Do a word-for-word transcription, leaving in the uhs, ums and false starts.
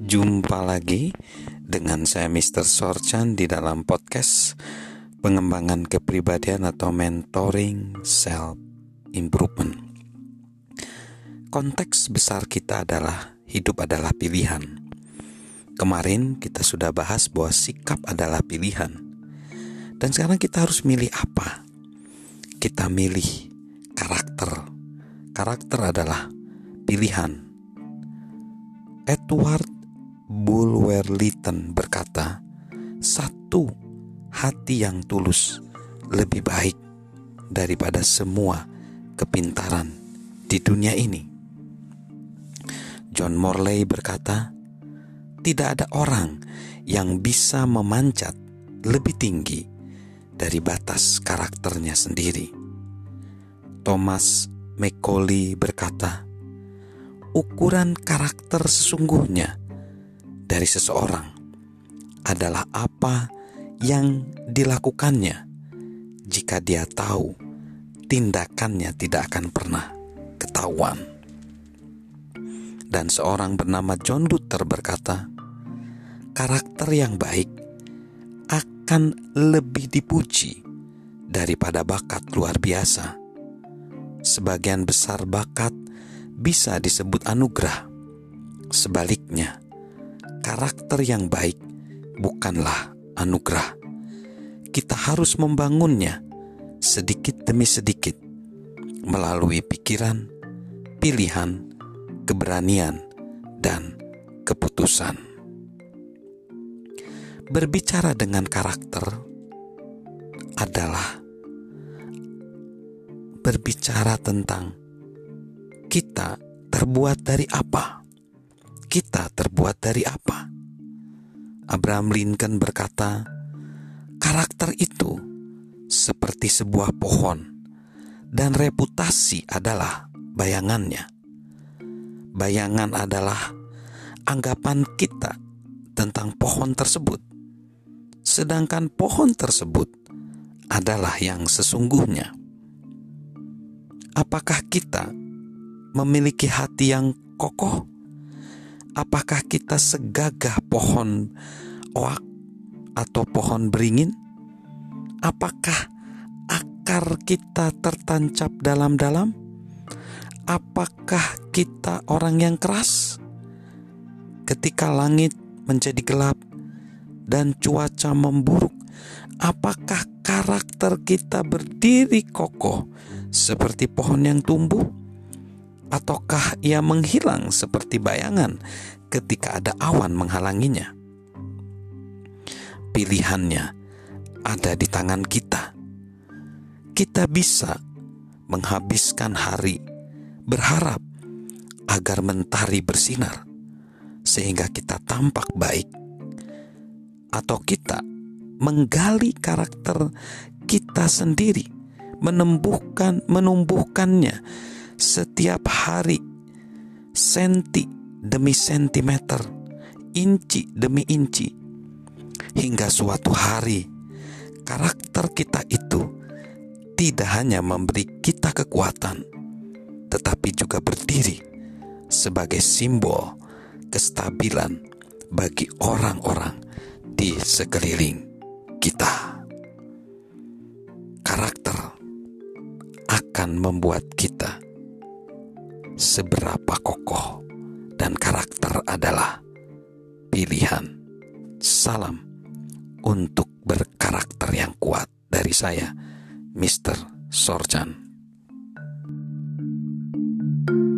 Jumpa lagi dengan saya mister Sorchan di dalam podcast pengembangan kepribadian atau mentoring self improvement. Konteks besar kita adalah hidup adalah pilihan. Kemarin kita sudah bahas bahwa sikap adalah pilihan. Dan sekarang kita harus milih apa? Kita milih karakter. Karakter adalah pilihan. Edward Bulwer-Lytton berkata, satu hati yang tulus lebih baik daripada semua kepintaran di dunia ini. John Morley berkata, tidak ada orang yang bisa memanjat lebih tinggi dari batas karakternya sendiri. Thomas Macaulay berkata, ukuran karakter sesungguhnya dari seseorang adalah apa yang dilakukannya jika dia tahu tindakannya tidak akan pernah ketahuan. Dan seorang bernama John Luther berkata, karakter yang baik akan lebih dipuji daripada bakat luar biasa. Sebagian besar bakat bisa disebut anugerah. Sebaliknya, karakter yang baik bukanlah anugerah. Kita harus membangunnya sedikit demi sedikit melalui pikiran, pilihan, keberanian, dan keputusan. Berbicara dengan karakter adalah berbicara tentang kita terbuat dari apa? Kita terbuat dari apa? Abraham Lincoln berkata, karakter itu seperti sebuah pohon dan reputasi adalah bayangannya. Bayangan adalah anggapan kita tentang pohon tersebut, sedangkan pohon tersebut adalah yang sesungguhnya. Apakah kita memiliki hati yang kokoh? Apakah kita segagah pohon oak atau pohon beringin? Apakah akar kita tertancap dalam-dalam? Apakah kita orang yang keras? Ketika langit menjadi gelap dan cuaca memburuk, apakah karakter kita berdiri kokoh seperti pohon yang tumbuh? Ataukah ia menghilang seperti bayangan ketika ada awan menghalanginya? Pilihannya ada di tangan kita. Kita bisa menghabiskan hari berharap agar mentari bersinar sehingga kita tampak baik, atau kita menggali karakter kita sendiri, menumbuhkan menumbuhkannya setiap hari, senti demi sentimeter, inci demi inci, hingga suatu hari karakter kita itu tidak hanya memberi kita kekuatan, tetapi juga berdiri sebagai simbol kestabilan bagi orang-orang di sekeliling kita. Karakter akan membuat kita seberapa kokoh, dan karakter adalah pilihan. Salam untuk berkarakter yang kuat dari saya, mister Sorchan.